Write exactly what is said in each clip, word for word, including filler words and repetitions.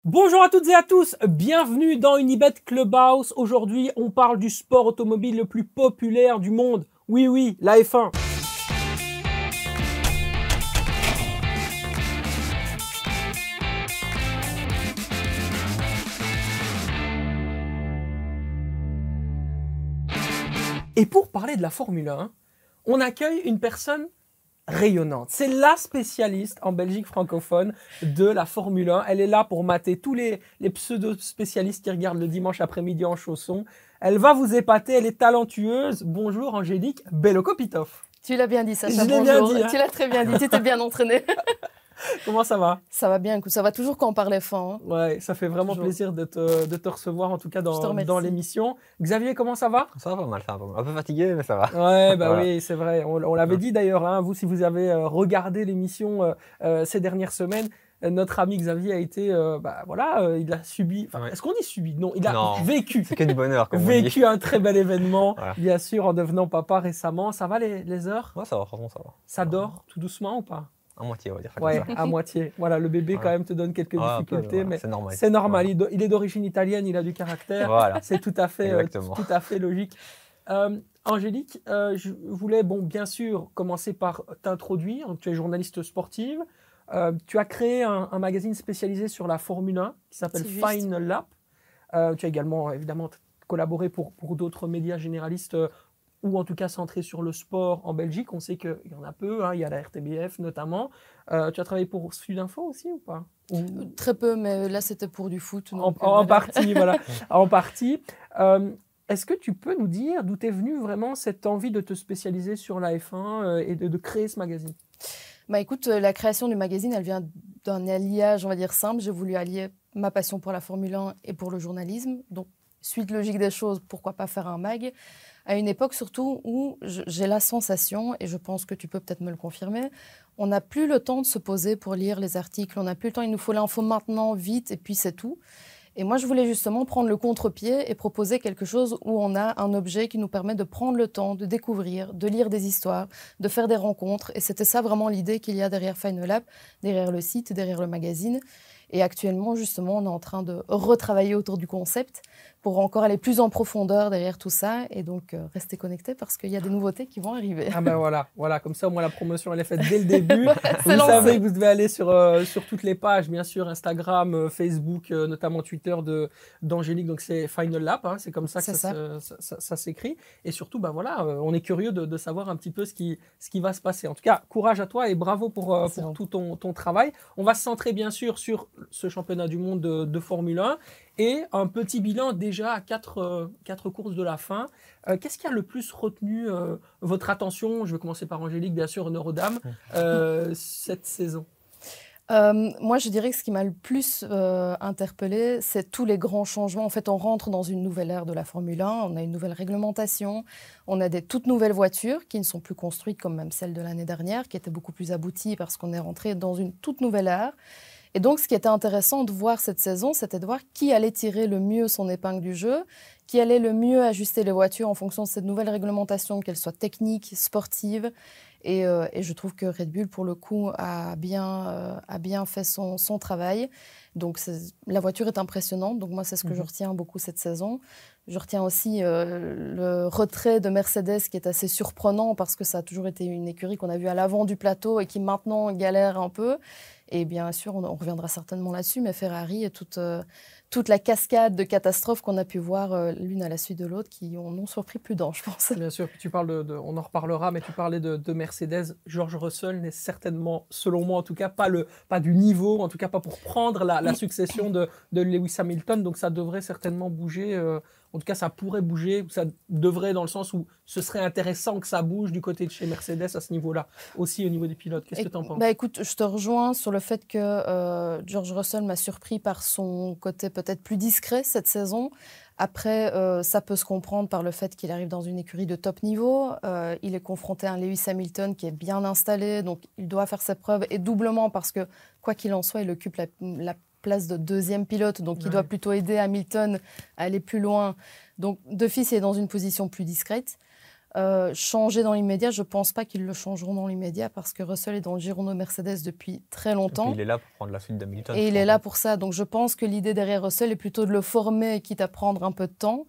Bonjour à toutes et à tous, bienvenue dans Unibet Clubhouse. Aujourd'hui, on parle du sport automobile le plus populaire du monde. Oui, oui, la F un. Et pour parler de la Formule un, on accueille une personne rayonnante. C'est la spécialiste en Belgique francophone de la Formule un. Elle est là pour mater tous les, les pseudo-spécialistes qui regardent le dimanche après-midi en chaussons. Elle va vous épater, elle est talentueuse. Bonjour Angélique Belokopitov. Tu l'as bien dit, Sacha, Je l'ai bonjour. bien dit, hein. Tu l'as très bien dit, tu t'es bien entraîné. Comment ça va? Ça va bien, écoute, ça va toujours quand on parle F un. Hein. Ouais, ça fait vraiment toujours. plaisir de te, de te recevoir, en tout cas dans, Je te dans l'émission. Xavier, comment ça va? Ça va pas mal, ça va pas mal. Un peu fatigué, mais ça va. Ouais, bah Voilà. oui, c'est vrai. On, on l'avait Ouais. dit d'ailleurs, hein, vous, si vous avez euh, regardé l'émission euh, euh, ces dernières semaines, euh, notre ami Xavier a été, euh, bah voilà, euh, il a subi. Enfin, Ouais. est-ce qu'on dit subi? Non, il a Non. vécu. C'est que du bonheur, comme on dit. Vécu un très bel événement, Voilà. bien sûr, en devenant papa récemment. Ça va les, les heures? Ouais, ça va, franchement, ça va. Ça dort tout doucement ou pas? À moitié, on va dire ça Ouais, comme ça. à moitié. Voilà, le bébé Voilà. quand même te donne quelques Ouais, un peu, difficultés, voilà, mais c'est normal. c'est normal. Voilà. Il do- Il est d'origine italienne, il a du caractère. Voilà. C'est tout à fait, euh, Exactement. tout à fait logique. Euh, Angélique, euh, je voulais, bon, bien sûr, commencer par t'introduire. Tu es journaliste sportive. Euh, tu as créé un, un magazine spécialisé sur la Formule un qui s'appelle C'est juste. Final Lap. Euh, tu as également, évidemment, t- collaboré pour, pour d'autres médias généralistes euh, ou en tout cas centrés sur le sport en Belgique. On sait qu'il y en a peu, hein, il y a la R T B F notamment. Euh, tu as travaillé pour Sud Info aussi ou pas? Ou- Très peu, mais là c'était pour du foot. en, donc, euh, en voilà. partie, voilà. En partie. Euh, Est-ce que tu peux nous dire d'où t'es venue vraiment cette envie de te spécialiser sur la F un euh, et de, de créer ce magazine? Bah écoute, euh, la création du magazine, elle vient d'un alliage, on va dire, simple. J'ai voulu allier ma passion pour la Formule un et pour le journalisme. Donc, suite logique des choses, pourquoi pas faire un mag? À une époque surtout où je- j'ai la sensation, et je pense que tu peux peut-être me le confirmer, on n'a plus le temps de se poser pour lire les articles, on n'a plus le temps, il nous faut l'info maintenant, vite, et puis c'est tout. Et moi, je voulais justement prendre le contre-pied et proposer quelque chose où on a un objet qui nous permet de prendre le temps, de découvrir, de lire des histoires, de faire des rencontres. Et c'était ça vraiment l'idée qu'il y a derrière Final Lap, derrière le site, derrière le magazine. Et actuellement, justement, on est en train de retravailler autour du concept pour encore aller plus en profondeur derrière tout ça. Et donc, euh, restez connectés parce qu'il y a des nouveautés qui vont arriver. Ah ben voilà, voilà, comme ça au moins la promotion elle est faite dès le début. C'est Vous lancé. savez que vous devez aller sur, euh, sur toutes les pages, bien sûr, Instagram, euh, Facebook, euh, notamment Twitter de, d'Angélique, donc c'est Final Lap, hein, c'est comme ça que C'est ça, ça. se- ça- ça- ça s'écrit. Et surtout, bah voilà, euh, on est curieux de, de savoir un petit peu ce qui, ce qui va se passer. En tout cas, courage à toi et bravo pour, euh, C'est pour bon. tout ton, ton travail. On va se centrer bien sûr sur ce championnat du monde de, de Formule un et un petit bilan déjà à quatre, euh, quatre courses de la fin. Euh, Qu'est-ce qui a le plus retenu euh, votre attention? Je vais commencer par Angélique, bien sûr, honneur aux dames, euh, cette saison. Euh, moi, je dirais que ce qui m'a le plus euh, interpellée, c'est tous les grands changements. En fait, on rentre dans une nouvelle ère de la Formule un, on a une nouvelle réglementation, on a des toutes nouvelles voitures qui ne sont plus construites comme même celles de l'année dernière, qui étaient beaucoup plus abouties parce qu'on est rentré dans une toute nouvelle ère. Et donc, ce qui était intéressant de voir cette saison, c'était de voir qui allait tirer le mieux son épingle du jeu, qui allait le mieux ajuster les voitures en fonction de cette nouvelle réglementation, qu'elle soit technique, sportive. Et, euh, et je trouve que Red Bull, pour le coup, a bien, euh, a bien fait son, son travail. Donc, c'est- la voiture est impressionnante. Donc, moi, c'est ce que Mhm. je retiens beaucoup cette saison. Je retiens aussi euh, le retrait de Mercedes qui est assez surprenant parce que ça a toujours été une écurie qu'on a vue à l'avant du plateau et qui maintenant galère un peu. Et bien sûr, on, on reviendra certainement là-dessus, mais Ferrari et toute, euh, toute la cascade de catastrophes qu'on a pu voir euh, l'une à la suite de l'autre qui en ont surpris plus d'un, je pense. Bien sûr, puis tu parles de, de- on en reparlera, mais tu parlais de, de Mercedes. George Russell n'est certainement, selon moi en tout cas, pas, le, pas du niveau, en tout cas pas pour prendre la, la succession de, de Lewis Hamilton. Donc ça devrait certainement bouger. euh, en tout cas, ça pourrait bouger. Ça devrait dans le sens où ce serait intéressant que ça bouge du côté de chez Mercedes à ce niveau-là, aussi au niveau des pilotes. Qu'est-ce que tu en penses? Bah, écoute, je te rejoins sur le fait que euh, George Russell m'a surpris par son côté peut-être plus discret cette saison. Après, euh, ça peut se comprendre par le fait qu'il arrive dans une écurie de top niveau. Euh, il est confronté à un Lewis Hamilton qui est bien installé, donc il doit faire ses preuves. Et doublement parce que, quoi qu'il en soit, il occupe la, la place de deuxième pilote, donc Ouais. il doit plutôt aider Hamilton à aller plus loin. Donc, de fils, il est dans une position plus discrète. Euh, changer dans l'immédiat, je ne pense pas qu'ils le changeront dans l'immédiat parce que Russell est dans le giron de Mercedes depuis très longtemps. Et puis il est là pour prendre la suite d'Hamilton. Et il est là pour ça. Donc je pense que l'idée derrière Russell est plutôt de le former, quitte à prendre un peu de temps.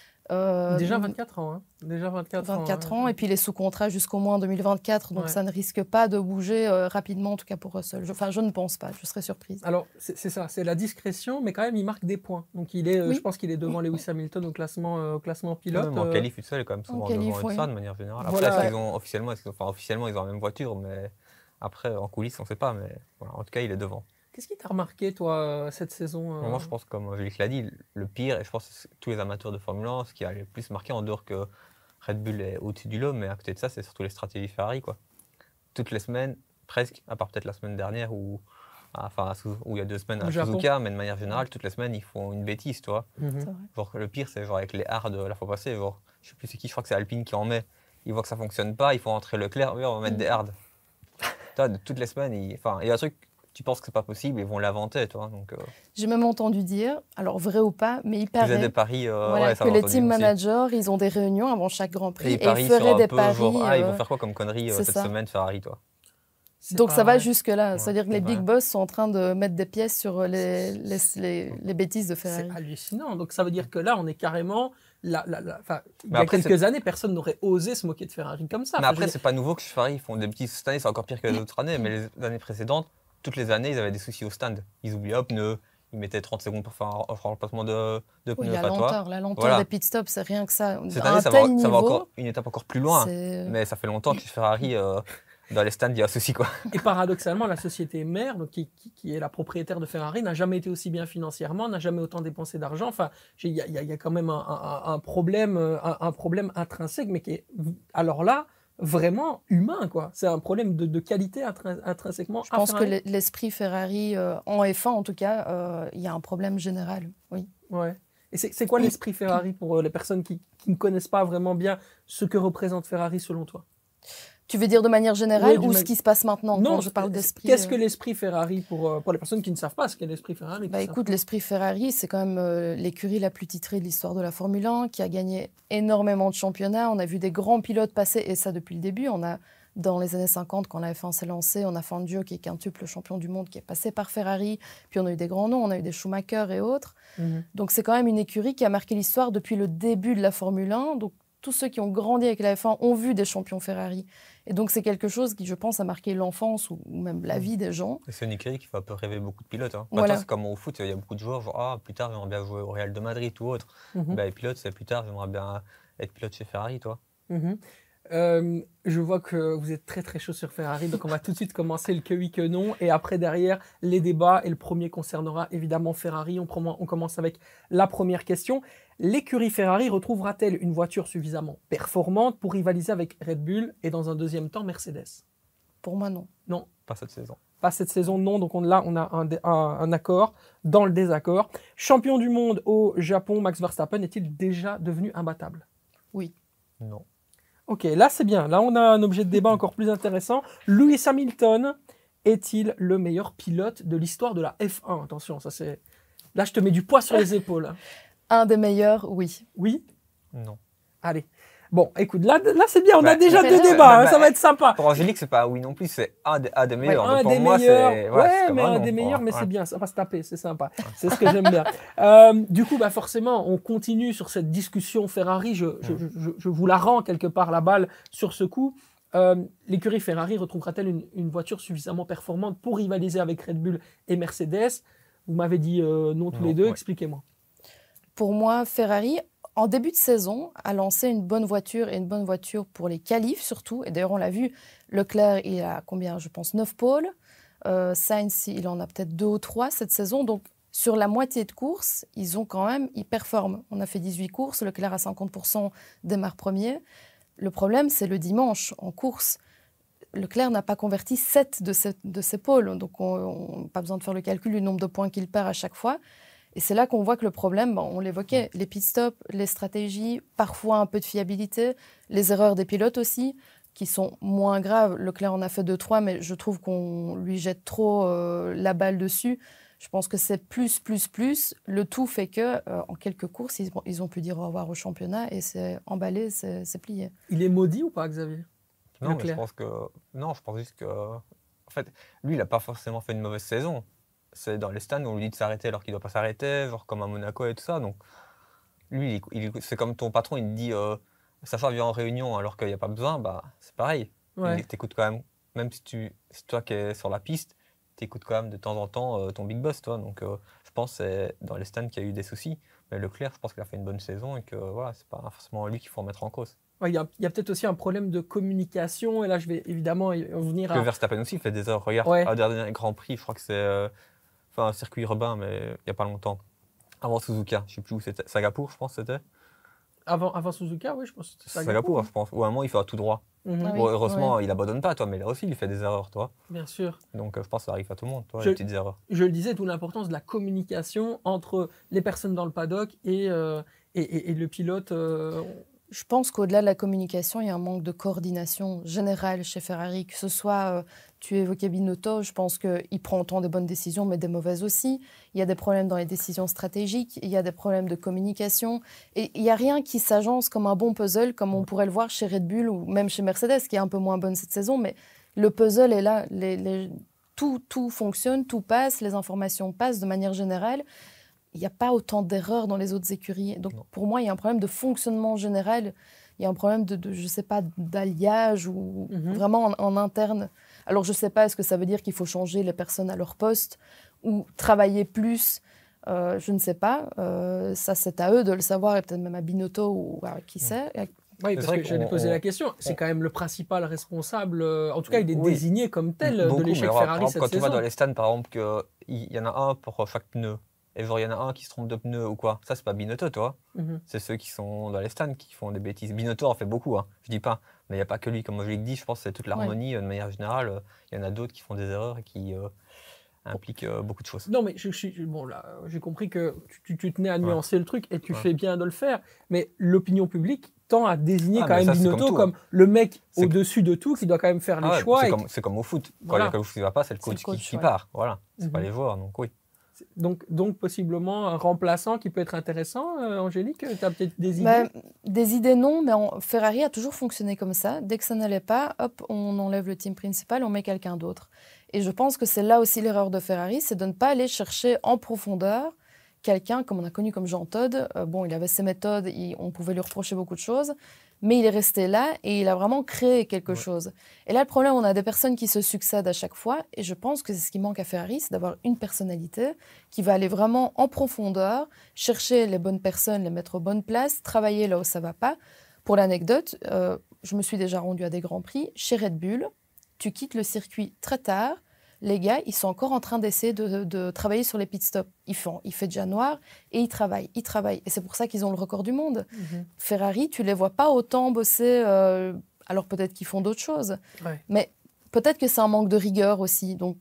Euh, Déjà vingt-quatre ans. Hein. Déjà vingt-quatre, vingt-quatre ans, ans, ouais. Et puis il est sous contrat jusqu'au moins deux mille vingt-quatre, donc ouais. ça ne risque pas de bouger euh, rapidement, en tout cas pour Russell. Je, enfin, je ne pense pas, je serais surprise. Alors, c'est, c'est ça, c'est la discrétion, mais quand même, il marque des points. Donc, il est, euh, oui. je pense qu'il est devant Lewis Hamilton au classement, euh, au classement pilote. Même en qualif, il est quand même souvent qualif, devant oui. ça de manière générale. Après, Voilà, est-ce qu'ils ouais. ont, officiellement, est-ce qu'ils ont, enfin, officiellement, ils ont la même voiture, mais après, en coulisses, on ne sait pas. Mais voilà, en tout cas, il est devant. Qu'est-ce qui t'a remarqué, toi, cette saison euh... Moi, je pense, comme Angélique l'a dit, le pire, et je pense que tous les amateurs de Formule un, ce qui a le plus marqué, en dehors que Red Bull est au-dessus du lot, mais à côté de ça, c'est surtout les stratégies Ferrari, quoi. Toutes les semaines, presque, à part peut-être la semaine dernière, où, enfin, où il y a deux semaines à Suzuka, mais de manière générale, toutes les semaines, ils font une bêtise, tu vois. Mm-hmm. Genre, le pire, c'est genre avec les hards la fois passée, genre, je sais plus c'est qui, je crois que c'est Alpine qui en met, ils voient que ça fonctionne pas, ils font entrer Leclerc, oui, on va mettre des hards. Toi, de toutes les semaines, il enfin, il y a un truc, tu penses que c'est pas possible, ils vont l'inventer, toi. Donc, euh... j'ai même entendu dire, alors vrai ou pas, mais il paraît des paris, euh, voilà, ouais, ça que les team aussi. managers, ils ont des réunions avant chaque Grand Prix et, et, et ils feraient des paris. Genre, ah, euh... ils vont faire quoi comme connerie euh, cette ça. semaine, Ferrari, toi. C'est Donc ça vrai. va jusque-là, ouais, c'est-à-dire que les vrai. big boss sont en train de mettre des pièces sur les, les, les, les bêtises de Ferrari. C'est hallucinant. Donc ça veut dire que là, on est carrément... La, la, la, il y mais a après, quelques années, personne n'aurait osé se moquer de Ferrari comme ça. Mais Enfin, après, je... c'est pas nouveau que chez Ferrari, ils font des bêtises. Cette année, c'est encore pire que les autres années, mais les années précédentes, toutes les années, ils avaient des soucis au stand. Ils oubliaient hop, pneus, ils mettaient trente secondes pour faire un, un remplacement de, de oui, pneus. la lenteur, la lenteur voilà. des pit stops, c'est rien que ça. Cette à année, un ça, tel va, niveau, ça va encore une étape encore plus loin, c'est... mais ça fait longtemps que chez Ferrari, euh, dans les stands, il y a un souci, quoi. Et paradoxalement, la société mère, donc qui, qui, qui est la propriétaire de Ferrari, n'a jamais été aussi bien financièrement, n'a jamais autant dépensé d'argent. Enfin, il y, y, y a quand même un, un, un, problème, un, un problème intrinsèque, mais qui est, alors là, vraiment humain, quoi. C'est un problème de, de qualité intrinsèquement. Je pense que l'esprit Ferrari, euh, en F un en tout cas, il euh, y a un problème général, oui. Ouais. Et c'est quoi l'esprit Ferrari pour les personnes qui, qui ne connaissent pas vraiment bien ce que représente Ferrari selon toi? Tu veux dire de manière générale oui, ou ma... ce qui se passe maintenant non, quand je parle d'esprit? Qu'est-ce que l'esprit Ferrari pour, pour les personnes qui ne savent pas ce qu'est l'esprit Ferrari? Bah écoute, l'esprit Ferrari, c'est quand même euh, l'écurie la plus titrée de l'histoire de la Formule un, qui a gagné énormément de championnats. On a vu des grands pilotes passer, et ça depuis le début. On a, dans les années cinquante, quand la F un s'est lancée, on a Fangio, qui est quintuple champion du monde, qui est passé par Ferrari. Puis on a eu des grands noms, on a eu des Schumacher et autres. Mm-hmm. Donc c'est quand même une écurie qui a marqué l'histoire depuis le début de la Formule un. Donc tous ceux qui ont grandi avec la F un ont vu des champions Ferrari. Et donc, c'est quelque chose qui, je pense, a marqué l'enfance ou même la vie des gens. C'est une écurie qui fait un peu rêver beaucoup de pilotes. Hein. Voilà. C'est comme au foot, il y a beaucoup de joueurs, genre, ah, plus tard, j'aimerais bien jouer au Real de Madrid ou autre. Mm-hmm. Ben, les pilotes, c'est plus tard, j'aimerais bien être pilote chez Ferrari, toi. Mm-hmm. Euh, je vois que vous êtes très très chaud sur Ferrari, donc on va tout de suite commencer le que oui que non, et après derrière les débats, et le premier concernera évidemment Ferrari. On, on commence avec la première question. L'écurie Ferrari retrouvera-t-elle une voiture suffisamment performante pour rivaliser avec Red Bull et dans un deuxième temps Mercedes? Pour moi, non. Non. Pas cette saison. Pas cette saison, non. Donc on, là, on a un, un, un accord dans le désaccord. Champion du monde au Japon, Max Verstappen est-il déjà devenu imbattable? Oui. Non. Ok, là c'est bien. Là on a un objet de débat encore plus intéressant. Lewis Hamilton est-il le meilleur pilote de l'histoire de la F un? Attention, ça c'est. Là je te mets du poids sur les épaules. Un des meilleurs, oui. Oui? Non. Allez. Bon, écoute, là, là c'est bien, on bah, a déjà deux là, débats, bah, hein, bah, ça va être sympa. Pour Angélique, c'est pas oui non plus, c'est un, un des meilleurs. Ouais, un pour des moi, meilleurs. c'est. Ouais, ouais, mais un, un des meilleurs, mais ouais. c'est bien, ça va se taper, c'est sympa. C'est ce que j'aime bien. Euh, du coup, bah, forcément, on continue sur cette discussion Ferrari. Je, je, je, je, je vous la rends quelque part la balle sur ce coup. Euh, l'écurie Ferrari retrouvera-t-elle une, une voiture suffisamment performante pour rivaliser avec Red Bull et Mercedes? Vous m'avez dit euh, non tous non, les deux, ouais. Expliquez-moi. Pour moi, Ferrari, en début de saison, a lancé une bonne voiture et une bonne voiture pour les qualifs surtout. Et d'ailleurs, on l'a vu, Leclerc, il a combien? Je pense neuf pôles. Euh, Sainz, il en a peut-être deux ou trois cette saison. Donc, sur la moitié de course, ils ont quand même, ils performent. On a fait dix-huit courses, Leclerc à cinquante pour cent démarre premier. Le problème, c'est le dimanche en course. Leclerc n'a pas converti sept de ses, de ses pôles. Donc, on n'a pas besoin de faire le calcul du nombre de points qu'il perd à chaque fois. Et c'est là qu'on voit que le problème, bon, on l'évoquait, les pit stops, les stratégies, parfois un peu de fiabilité, les erreurs des pilotes aussi, qui sont moins graves. Leclerc en a fait deux trois, mais je trouve qu'on lui jette trop euh, la balle dessus. Je pense que c'est plus, plus, plus. Le tout fait que euh, en quelques courses, ils, ils ont pu dire au revoir au championnat et c'est emballé, c'est, c'est plié. Il est maudit ou pas, Xavier? Non, mais je pense que non, je pense juste que en fait, lui, il n'a pas forcément fait une mauvaise saison. C'est dans les stands où on lui dit de s'arrêter alors qu'il ne doit pas s'arrêter, genre comme à Monaco et tout ça. Donc lui, il, il, c'est comme ton patron, il te dit euh, Sacha vient en réunion alors qu'il n'y a pas besoin, bah c'est pareil. Ouais. Il t'écoute quand même, même si tu, c'est toi qui es sur la piste, t'écoutes quand même de temps en temps euh, ton big boss, toi. Donc euh, je pense que c'est dans les stands qu'il y a eu des soucis. Mais Leclerc, je pense qu'il a fait une bonne saison et que voilà, c'est pas forcément lui qu'il faut remettre en cause. Il ouais, y a, y a peut-être aussi un problème de communication, et là je vais évidemment y venir à... Que Verstappen aussi fait des erreurs. Regarde, ouais. à dernier Grand Prix, je crois que c'est euh, enfin, un circuit urbain, mais il n'y a pas longtemps. Avant Suzuka, je ne sais plus où c'était. Singapour, je pense que c'était. Avant, avant Suzuka, oui, je pense que c'était Singapour. Singapour, je pense. Ou à un moment, il fait tout droit. Mm-hmm. Ah oui, bon, heureusement, ouais. il abandonne pas, toi, mais là aussi, il fait des erreurs, toi. Bien sûr. Donc, euh, je pense que ça arrive à tout le monde, toi, je, les petites erreurs. Je le disais, d'où l'importance de la communication entre les personnes dans le paddock et, euh, et, et, et le pilote. Euh... Je pense qu'au-delà de la communication, il y a un manque de coordination générale chez Ferrari, que ce soit, euh, tu évoquais Binotto, je pense qu'il prend autant des bonnes décisions, mais des mauvaises aussi. Il y a des problèmes dans les décisions stratégiques, il y a des problèmes de communication, et il n'y a rien qui s'agence comme un bon puzzle, comme on pourrait le voir chez Red Bull ou même chez Mercedes, qui est un peu moins bonne cette saison, mais le puzzle est là, les, les, tout, tout fonctionne, tout passe, les informations passent de manière générale. Il n'y a pas autant d'erreurs dans les autres écuries. Donc, non. Pour moi, il y a un problème de fonctionnement général. Il y a un problème de, de je ne sais pas, d'alliage ou mm-hmm. vraiment en, en interne. Alors, je ne sais pas, est-ce que ça veut dire qu'il faut changer les personnes à leur poste ou travailler plus euh, Je ne sais pas. Euh, ça, c'est à eux de le savoir et peut-être même à Binotto ou à qui sait. Oui, parce que j'allais poser la question. C'est on... quand même le principal responsable. En tout cas, il est oui. désigné comme tel beaucoup, de l'échec mais Ferrari exemple, cette quand saison. Quand tu vois dans les stands, par exemple, qu'il y en a un pour chaque pneu. Et genre, il y en a un qui se trompe de pneu ou quoi. Ça, c'est pas Binotto, toi. Mm-hmm. C'est ceux qui sont dans les stands qui font des bêtises. Binotto en fait beaucoup, hein. Je dis pas. Mais il n'y a pas que lui. Comme je l'ai dit, je pense que c'est toute l'harmonie. Ouais. De manière générale, il euh, y en a d'autres qui font des erreurs et qui euh, impliquent euh, beaucoup de choses. Non, mais je, je, bon, là, j'ai compris que tu, tu tenais à nuancer ouais. le truc et tu ouais. fais bien de le faire. Mais l'opinion publique tend à désigner ah, quand même ça, Binotto comme, comme le mec c'est au-dessus que... de tout qui doit quand même faire les ah ouais, choix. C'est, et comme, qui... c'est comme au foot. Voilà. Quand il y a quelque chose qui ne va pas, c'est le coach, c'est le coach qui, qui ouais. part. Voilà. C'est mm-hmm. pas les joueurs. Donc, oui. Donc, donc, possiblement un remplaçant qui peut être intéressant, euh, Angélique, tu as peut-être des idées bah, Des idées, non, mais en, Ferrari a toujours fonctionné comme ça. Dès que ça n'allait pas, hop, on enlève le team principal, on met quelqu'un d'autre. Et je pense que c'est là aussi l'erreur de Ferrari, c'est de ne pas aller chercher en profondeur quelqu'un, comme on a connu comme Jean Todt. Euh, bon, il avait ses méthodes, il, on pouvait lui reprocher beaucoup de choses, mais il est resté là et il a vraiment créé quelque ouais. chose. Et là, le problème, on a des personnes qui se succèdent à chaque fois, et je pense que c'est ce qui manque à Ferrari, c'est d'avoir une personnalité qui va aller vraiment en profondeur, chercher les bonnes personnes, les mettre aux bonnes places, travailler là où ça ne va pas. Pour l'anecdote, euh, je me suis déjà rendue à des Grands Prix. Chez Red Bull, tu quittes le circuit très tard, les gars, ils sont encore en train d'essayer de, de, de travailler sur les pit stops. Ils font, il fait déjà noir et ils travaillent, ils travaillent. Et c'est pour ça qu'ils ont le record du monde. Mm-hmm. Ferrari, tu ne les vois pas autant bosser. Euh, alors peut-être qu'ils font d'autres choses. Ouais. Mais peut-être que c'est un manque de rigueur aussi. Donc,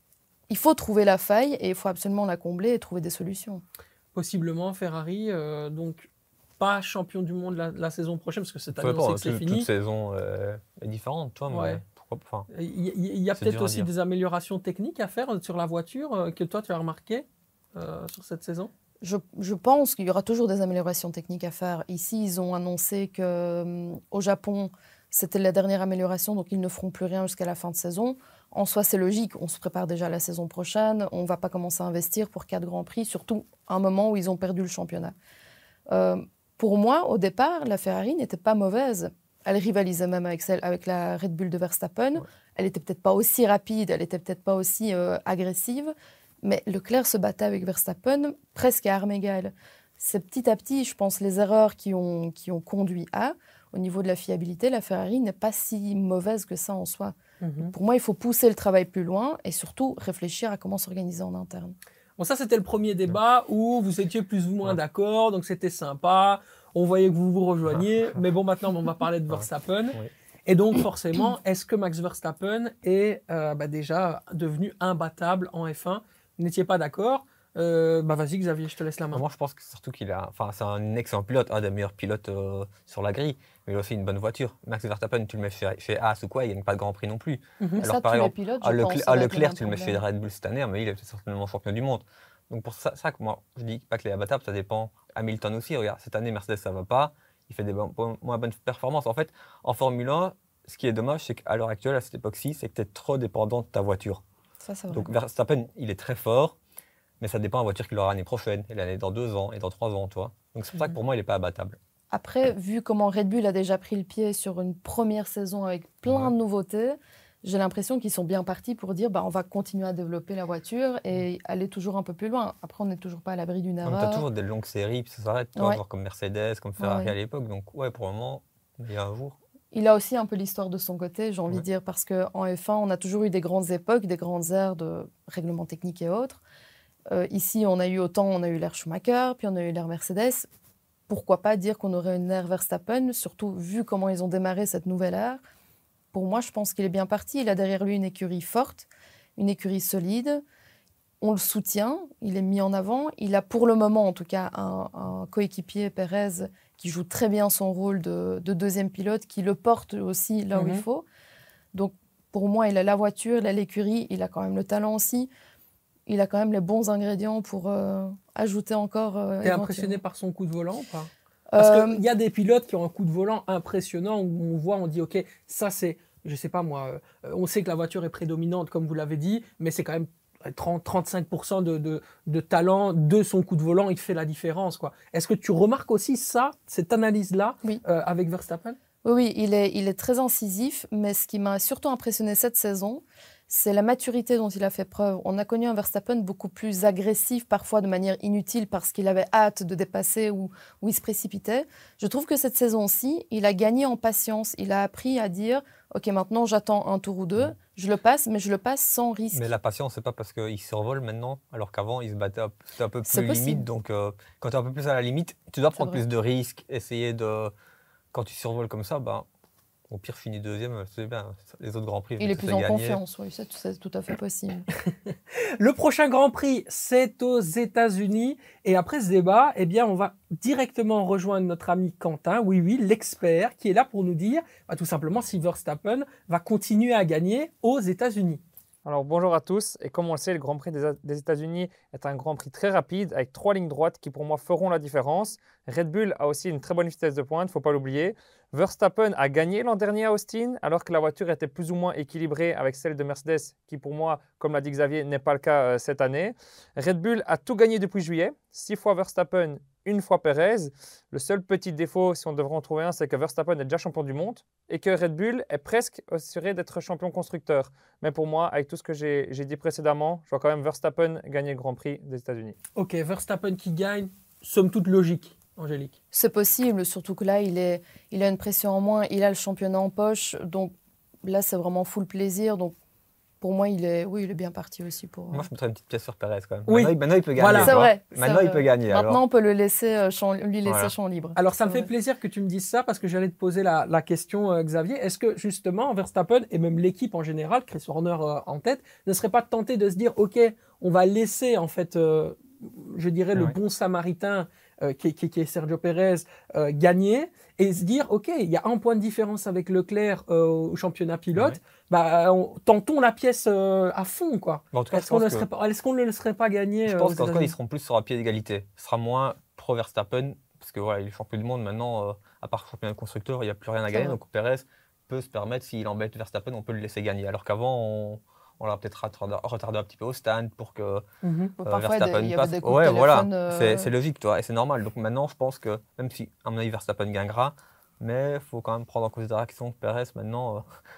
il faut trouver la faille et il faut absolument la combler et trouver des solutions. Possiblement, Ferrari, euh, donc pas champion du monde la, la saison prochaine, parce que cette année, on sait que c'est toute, fini. Toute saison euh, est différente, toi. Ouais. Mais... Enfin, il y, il y a peut-être aussi des améliorations techniques à faire sur la voiture euh, que toi tu as remarqué euh, sur cette saison. Je, je pense qu'il y aura toujours des améliorations techniques à faire. Ici, ils ont annoncé qu'au euh, Japon, c'était la dernière amélioration, donc ils ne feront plus rien jusqu'à la fin de saison. En soi, c'est logique, on se prépare déjà à la saison prochaine, on ne va pas commencer à investir pour quatre Grands Prix, surtout à un moment où ils ont perdu le championnat. Euh, pour moi, au départ, la Ferrari n'était pas mauvaise. Elle rivalisait même avec, celle, avec la Red Bull de Verstappen. Ouais. Elle n'était peut-être pas aussi rapide, elle n'était peut-être pas aussi euh, agressive, mais Leclerc se battait avec Verstappen presque à armes égales. C'est petit à petit, je pense, les erreurs qui ont, qui ont conduit à, au niveau de la fiabilité, la Ferrari n'est pas si mauvaise que ça en soi. Mm-hmm. Pour moi, il faut pousser le travail plus loin et surtout réfléchir à comment s'organiser en interne. Bon, ça, c'était le premier débat où vous étiez plus ou moins d'accord, donc c'était sympa. On voyait que vous vous rejoigniez, mais bon, maintenant, on va parler de Verstappen. Oui. Et donc, forcément, est-ce que Max Verstappen est euh, bah, déjà devenu imbattable en F un ? Vous n'étiez pas d'accord. Euh, bah vas-y Xavier, je te laisse la main. Moi, je pense que surtout qu'il a, enfin, c'est un excellent pilote, un des meilleurs pilotes euh, sur la grille, mais il a aussi une bonne voiture. Max Verstappen, tu le mets chez, chez Haas ou quoi, il gagne pas de Grand Prix non plus. Mhm. Mais Alors ça, par tous les exemple, pilotes, à je Leclerc, pense, ça à va être le Leclerc, même tu le mets chez problème. Red Bull cette année, mais il est certainement champion du monde. Donc pour ça, ça que moi, je dis pas que les abattables, ça dépend. Hamilton aussi, regarde, cette année Mercedes ça va pas, il fait des bon- bon- moins bonnes performances. En fait, en Formule un, ce qui est dommage, c'est qu'à l'heure actuelle, à cette époque-ci, c'est que tu es trop dépendant de ta voiture. Ça, c'est vrai. Donc Verstappen, il est très fort, mais ça dépend de la voiture qu'il aura l'année prochaine, et l'année dans deux ans, et dans trois ans, tu vois. Donc c'est pour ça que pour moi, il n'est pas abattable. Après, vu comment Red Bull a déjà pris le pied sur une première saison avec plein Ouais. de nouveautés, j'ai l'impression qu'ils sont bien partis pour dire bah, on va continuer à développer la voiture et aller toujours un peu plus loin. Après, on n'est toujours pas à l'abri d'une Tu as erreur. toujours des longues séries, puis ça s'arrête, toi, Ouais. genre comme Mercedes, comme Ferrari Ouais. à l'époque. Donc ouais, pour le moment, il y a un jour. Il a aussi un peu l'histoire de son côté, j'ai envie Ouais. de dire, parce qu'en F un, on a toujours eu des grandes époques, des grandes ères de règlements techniques et autres. Euh, ici, on a eu autant, on a eu l'ère Schumacher, puis on a eu l'ère Mercedes. Pourquoi pas dire qu'on aurait une ère Verstappen, surtout vu comment ils ont démarré cette nouvelle ère. Pour moi, je pense qu'il est bien parti. Il a derrière lui une écurie forte, une écurie solide. On le soutient, il est mis en avant. Il a pour le moment, en tout cas, un, un coéquipier, Pérez, qui joue très bien son rôle de, de deuxième pilote, qui le porte aussi là où Mhm. il faut. Donc, pour moi, il a la voiture, il a l'écurie, il a quand même le talent aussi. Il a quand même les bons ingrédients pour euh, ajouter encore. Euh, T'es impressionné par son coup de volant ou pas? Euh, Parce qu'il y a des pilotes qui ont un coup de volant impressionnant où on voit, on dit ok, ça c'est, je sais pas moi, euh, on sait que la voiture est prédominante comme vous l'avez dit, mais c'est quand même trente à trente-cinq pour cent de, de, de talent de son coup de volant, il fait la différence, quoi. Est-ce que tu remarques aussi ça, cette analyse-là, Oui. euh, avec Verstappen? Oui, oui, il est, il est très incisif, mais ce qui m'a surtout impressionné cette saison, c'est la maturité dont il a fait preuve. On a connu un Verstappen beaucoup plus agressif, parfois de manière inutile, parce qu'il avait hâte de dépasser ou, ou il se précipitait. Je trouve que cette saison-ci, il a gagné en patience. Il a appris à dire « Ok, maintenant j'attends un tour ou deux, je le passe, mais je le passe sans risque. » Mais la patience, c'est pas parce qu'il survole maintenant, alors qu'avant, il se battait un, c'était un peu C'est plus possible. limite. Donc, euh, quand tu es un peu plus à la limite, tu dois prendre vrai. plus de risques, essayer de. Quand tu survoles comme ça, ben, au pire, finis deuxième, c'est bien. Les autres Grands Prix, Il est te plus fait en gagner. confiance, oui, c'est c'est tout à fait possible. Le prochain Grand Prix, c'est aux États-Unis. Et après ce débat, eh bien, on va directement rejoindre notre ami Quentin, oui, oui, l'expert, qui est là pour nous dire bah, tout simplement si Verstappen va continuer à gagner aux États-Unis. Alors bonjour à tous, et comme on le sait, le Grand Prix des, des États-Unis est un Grand Prix très rapide avec trois lignes droites qui pour moi feront la différence. Red Bull a aussi une très bonne vitesse de pointe, il ne faut pas l'oublier. Verstappen a gagné l'an dernier à Austin alors que la voiture était plus ou moins équilibrée avec celle de Mercedes qui pour moi, comme l'a dit Xavier, n'est pas le cas euh, cette année. Red Bull a tout gagné depuis juillet, six fois Verstappen, une fois Perez. Le seul petit défaut, si on devrait en trouver un, c'est que Verstappen est déjà champion du monde et que Red Bull est presque assuré d'être champion constructeur. Mais pour moi, avec tout ce que j'ai j'ai dit précédemment, je vois quand même Verstappen gagner le Grand Prix des États-Unis. Ok, Verstappen qui gagne, somme toute logique, Angélique. C'est possible, surtout que là, il, est, il a une pression en moins, il a le championnat en poche, donc là, c'est vraiment full plaisir. Donc, pour moi, il est, oui, il est bien parti aussi. Pour, Moi, je mettrais une petite pièce sur Perez quand même. Oui. Maintenant, il, maintenant, il peut gagner. Voilà. tu C'est vois. vrai. c'est Maintenant, il vrai. peut gagner. Maintenant, alors. on peut le laisser, euh, champ, lui laisser Voilà. champ libre. Alors, ça me C'est fait vrai. plaisir que tu me dises ça parce que j'allais te poser la, la question, euh, Xavier. Est-ce que justement, Verstappen et même l'équipe en général, Chris Horner euh, en tête, ne serait pas tenté de se dire, OK, on va laisser en fait, euh, je dirais, le Ouais. bon samaritain euh, qui, est- qui est- qui est Sergio Pérez euh, gagner et se dire, OK, il y a un point de différence avec Leclerc euh, au championnat pilote, Ouais. bah, on- tentons la pièce euh, à fond, quoi. Mais en tout cas, je Est-ce qu'on pense ne que- serait pas, est-ce qu'on ne le laisserait pas gagner Je euh, pense aux qu'en tout cas, États-Unis ils seront plus sur un pied d'égalité. Ce sera moins pro Verstappen, parce que voilà, il est champion du monde maintenant, euh, à part championnat de constructeur, il n'y a plus rien à C'est gagner. vrai. Donc Perez peut se permettre, s'il embête Verstappen, on peut le laisser gagner. Alors qu'avant, on, on l'a peut-être retardé, retardé un petit peu au stand pour que Mhm. euh, Parfois, il y a des- Verstappen il y avait passe. des coups de Ouais, voilà, téléphone, euh, c'est c'est logique, toi, et c'est normal. Donc maintenant, je pense que, même si, à mon avis, Verstappen gagnera, mais il faut quand même prendre en considération que Perez, maintenant, euh,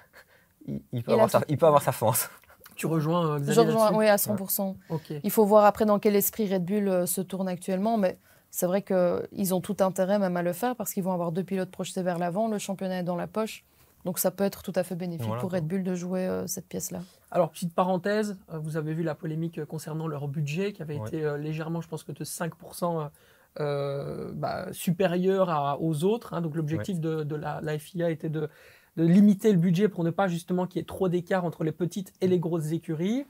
il, il peut Il a avoir sa, tout- il peut avoir sa chance. Tu rejoins euh, Je Xavier rejoins, là-dessus oui, à cent pour cent. Ok. Il faut voir après dans quel esprit Red Bull euh, se tourne actuellement, mais c'est vrai qu'ils ont tout intérêt même à le faire parce qu'ils vont avoir deux pilotes projetés vers l'avant, le championnat est dans la poche, donc ça peut être tout à fait bénéfique Voilà, pour quoi. Red Bull de jouer euh, cette pièce-là. Alors, petite parenthèse, euh, vous avez vu la polémique euh, concernant leur budget qui avait Ouais. été euh, légèrement, je pense que de cinq pour cent euh, euh, bah, supérieur à- aux autres. hein. Donc, l'objectif de, de la, la F I A était de, de limiter le budget pour ne pas justement qu'il y ait trop d'écart entre les petites et les grosses écuries.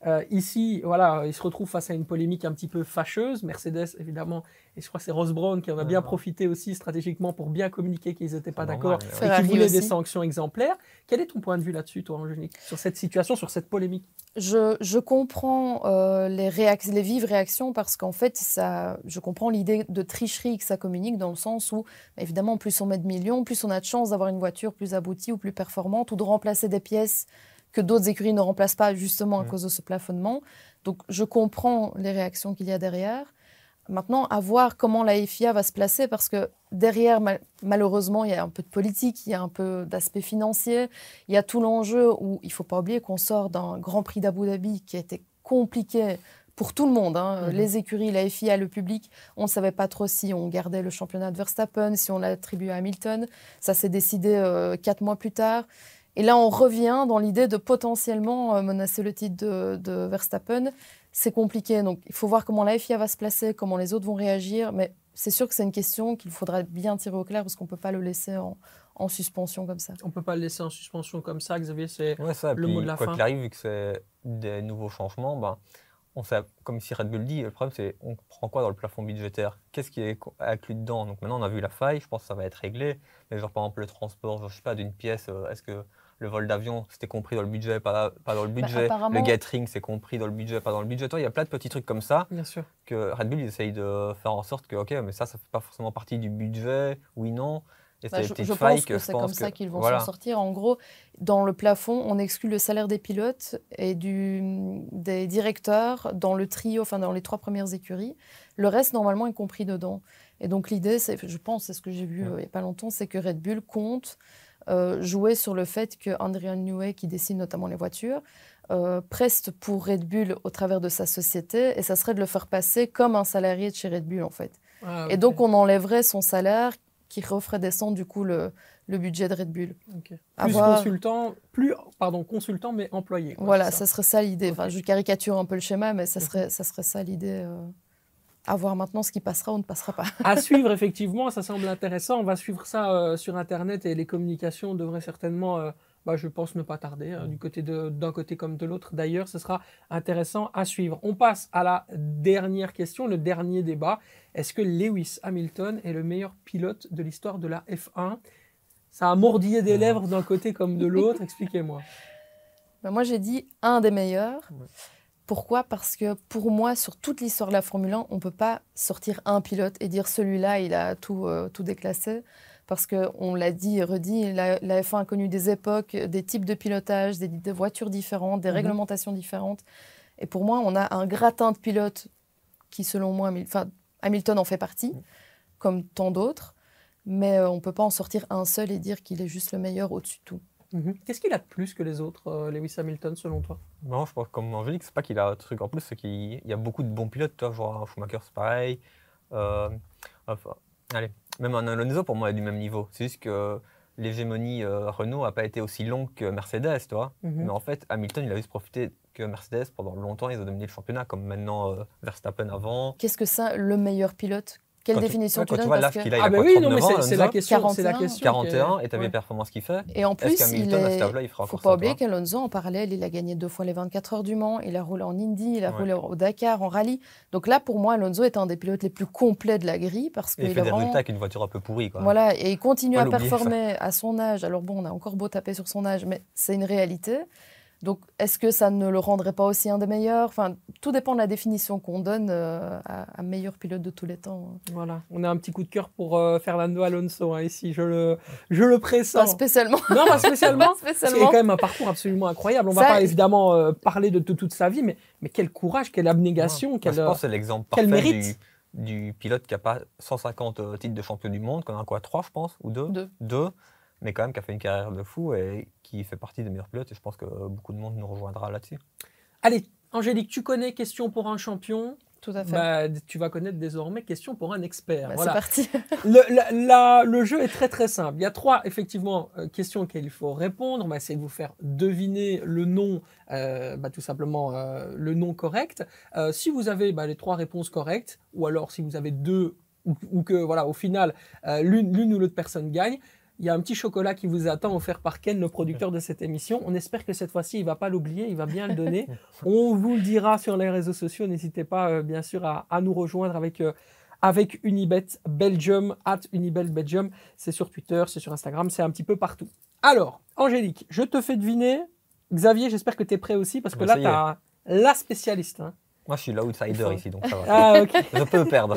Euh, ici, voilà, il se retrouve face à une polémique un petit peu fâcheuse. Mercedes, évidemment, et je crois que c'est Ross Brown qui en a bien Ah. profité aussi stratégiquement pour bien communiquer qu'ils n'étaient pas C'est d'accord normal, mais et ouais. Ferrari qu'ils voulaient aussi. des sanctions exemplaires. Quel est ton point de vue là-dessus, toi, Angélique, sur cette situation, sur cette polémique? Je, je comprends euh, les, réac- les vives réactions parce qu'en fait, ça, je comprends l'idée de tricherie que ça communique dans le sens où, évidemment, plus on met de millions, plus on a de chances d'avoir une voiture plus aboutie ou plus performante ou de remplacer des pièces que d'autres écuries ne remplacent pas justement à Mm. cause de ce plafonnement. Donc, je comprends les réactions qu'il y a derrière. Maintenant, à voir comment la F I A va se placer parce que derrière, mal- malheureusement, il y a un peu de politique, il y a un peu d'aspect financier, il y a tout l'enjeu où il ne faut pas oublier qu'on sort d'un Grand Prix d'Abu Dhabi qui a été compliqué pour tout le monde, hein. Mhm. Les écuries, la F I A, le public. On ne savait pas trop si on gardait le championnat de Verstappen, si on l'attribuait à Hamilton. Ça s'est décidé euh, quatre mois plus tard. Et là, on revient dans l'idée de potentiellement euh, menacer le titre de, de Verstappen. C'est compliqué, donc il faut voir comment la F I A va se placer, comment les autres vont réagir, mais c'est sûr que c'est une question qu'il faudra bien tirer au clair parce qu'on ne peut pas le laisser en, en suspension comme ça. On ne peut pas le laisser en suspension comme ça, Xavier, c'est Ouais, ça, et le puis, mot de la quoi fin. qu'il arrive, vu que c'est des nouveaux changements, ben, on sait, comme ici Red Bull dit, le problème c'est on prend quoi dans le plafond budgétaire? Qu'est-ce qui est co- inclus dedans? Donc maintenant on a vu la faille, je pense que ça va être réglé. Mais genre par exemple le transport, genre, je sais pas, d'une pièce, euh, est-ce que le vol d'avion c'était compris dans le budget, pas, pas dans le budget? apparemment- Le gathering c'est compris dans le budget, pas dans le budget. Toi, il y a plein de petits trucs comme ça Bien sûr. que Red Bull ils essayent de faire en sorte que ok, mais ça ça fait pas forcément partie du budget, oui non. Et c'est Bah, des je, petites je failles pense que, je c'est pense comme que- ça qu'ils vont voilà. s'en sortir. En gros, dans le plafond, on exclut le salaire des pilotes et du, des directeurs dans le trio, enfin dans les trois premières écuries. Le reste, normalement, est compris dedans. Et donc l'idée, c'est, je pense, c'est ce que j'ai vu Ouais. euh, il n'y a pas longtemps, c'est que Red Bull compte euh, jouer sur le fait que Adrian Newey, qui dessine notamment les voitures, euh, preste pour Red Bull au travers de sa société, et ça serait de le faire passer comme un salarié de chez Red Bull, en fait. Ah, Et ok, donc, on enlèverait son salaire qui referait descendre du coup le, le budget de Red Bull. ok. À Plus voir. consultant, plus, pardon, consultant, mais employé. quoi, Voilà, c'est ça. serait ça l'idée. Enfin, Ok. je caricature un peu le schéma, mais ça Mhm. serait, ça serait ça l'idée. euh, À voir maintenant ce qui passera ou ne passera pas. À suivre, effectivement, ça semble intéressant. On va suivre ça euh, sur Internet et les communications devraient certainement, euh, bah, je pense, ne pas tarder, hein, du côté de- d'un côté comme de l'autre. D'ailleurs, ce sera intéressant à suivre. On passe à la dernière question, le dernier débat. Est-ce que Lewis Hamilton est le meilleur pilote de l'histoire de la F un? Ça a mordillé des Ouais. lèvres d'un côté comme de l'autre. Expliquez-moi. Ben, moi, j'ai dit un des meilleurs. Ouais. Pourquoi? Parce que pour moi, sur toute l'histoire de la Formule un, on ne peut pas sortir un pilote et dire celui-là, il a tout, euh, tout déclassé. Parce qu'on l'a dit et redit, la, la F un a connu des époques, des types de pilotage, des, des voitures différentes, des Mhm. réglementations différentes. Et pour moi, on a un gratin de pilotes qui, selon moi, Hamil- enfin, Hamilton en fait partie, comme tant d'autres. Mais euh, on ne peut pas en sortir un seul et dire qu'il est juste le meilleur au-dessus de tout. Mhm. Qu'est-ce qu'il a de plus que les autres, euh, Lewis Hamilton, selon toi? Non, je pense comme Angélique, c'est pas qu'il a un truc en plus, c'est qu'il y a beaucoup de bons pilotes, toi, genre Schumacher, c'est pareil. Euh, enfin, allez, même un Alonso pour moi est du même niveau. C'est juste que l'hégémonie euh, Renault n'a pas été aussi longue que Mercedes, toi. Mhm. Mais en fait, Hamilton, il a juste profité que Mercedes pendant longtemps, ils ont dominé le championnat, comme maintenant euh, Verstappen avant. Qu'est-ce que ça, le meilleur pilote? Quelle Quand tu- définition ouais, tu quand tu donnes? vois Parce l'âge que- qu'il a, il Ah a ben quoi, oui, non, mais trente-neuf ans, c'est c'est la Alonso question. C'est la quarante et un. question. quarante et un, qui est- et t'as vu ouais. les performances qu'il fait. Et en Est-ce plus, il qu'Hamilton, à cet est... âge-là, il fera faut encore pas ça, oublier toi qu'Alonso, en parallèle, il a gagné deux fois les vingt-quatre heures du Mans, il a roulé en Indy, il a Ouais. roulé au Dakar, en rallye. Donc là, pour moi, Alonso est un des pilotes les plus complets de la grille parce Et il qu'il fait est des vraiment... résultats avec une voiture un peu pourrie, quoi. Voilà, et il continue Faut à pas l'oublier, performer à son âge. Alors bon, on a encore beau taper sur son âge, mais c'est une réalité. Donc, est-ce que ça ne le rendrait pas aussi un des meilleurs? Enfin, tout dépend de la définition qu'on donne euh, à, à meilleur pilote de tous les temps. Voilà, on a un petit coup de cœur pour euh, Fernando Alonso hein, ici, je le, je le Pas pressens. spécialement. Non, pas spécialement. Pas Parce qu'il y a spécialement. quand même un parcours absolument incroyable. On va Ça, pas il- évidemment euh, parler de, de toute sa vie, mais, mais quel courage, quelle abnégation, Ouais. quel, Moi, je pense que c'est l'exemple quel parfait du, mérite. du pilote qui n'a pas cent cinquante euh, titres de champion du monde, qu'on a quoi, trois, je pense, ou deux Deux. Deux, mais quand même qui a fait une carrière de fou et qui fait partie des meilleurs pilotes. Et je pense que euh, beaucoup de monde nous rejoindra là-dessus. Allez, Angélique, tu connais question pour un champion. Tout à fait. Bah, tu vas connaître désormais question pour un expert. Bah, Voilà. C'est parti. Le, la- la- le jeu est très très simple. Il y a trois effectivement euh, questions auxquelles il faut répondre. On va essayer de vous faire deviner le nom, euh, bah, tout simplement euh, le nom correct. Euh, si vous avez bah, les trois réponses correctes, ou alors si vous avez deux, ou, ou que voilà, au final euh, l'une l'une ou l'autre personne gagne, il y a un petit chocolat qui vous attend offert par Ken, le producteur de cette émission. On espère que cette fois-ci, il ne va pas l'oublier, il va bien le donner. On vous le dira sur les réseaux sociaux. N'hésitez pas, euh, bien sûr, à, à nous rejoindre avec, euh, avec Unibet Belgium, at Unibet Belgium. C'est sur Twitter, c'est sur Instagram, c'est un petit peu partout. Alors, Angélique, je te fais deviner. Xavier, j'espère que tu es prêt aussi, parce que Bah, là, ça y tu as la spécialiste. Hein. Moi, je suis l'outsider ici, donc ça va. Ah, ok. Je peux perdre.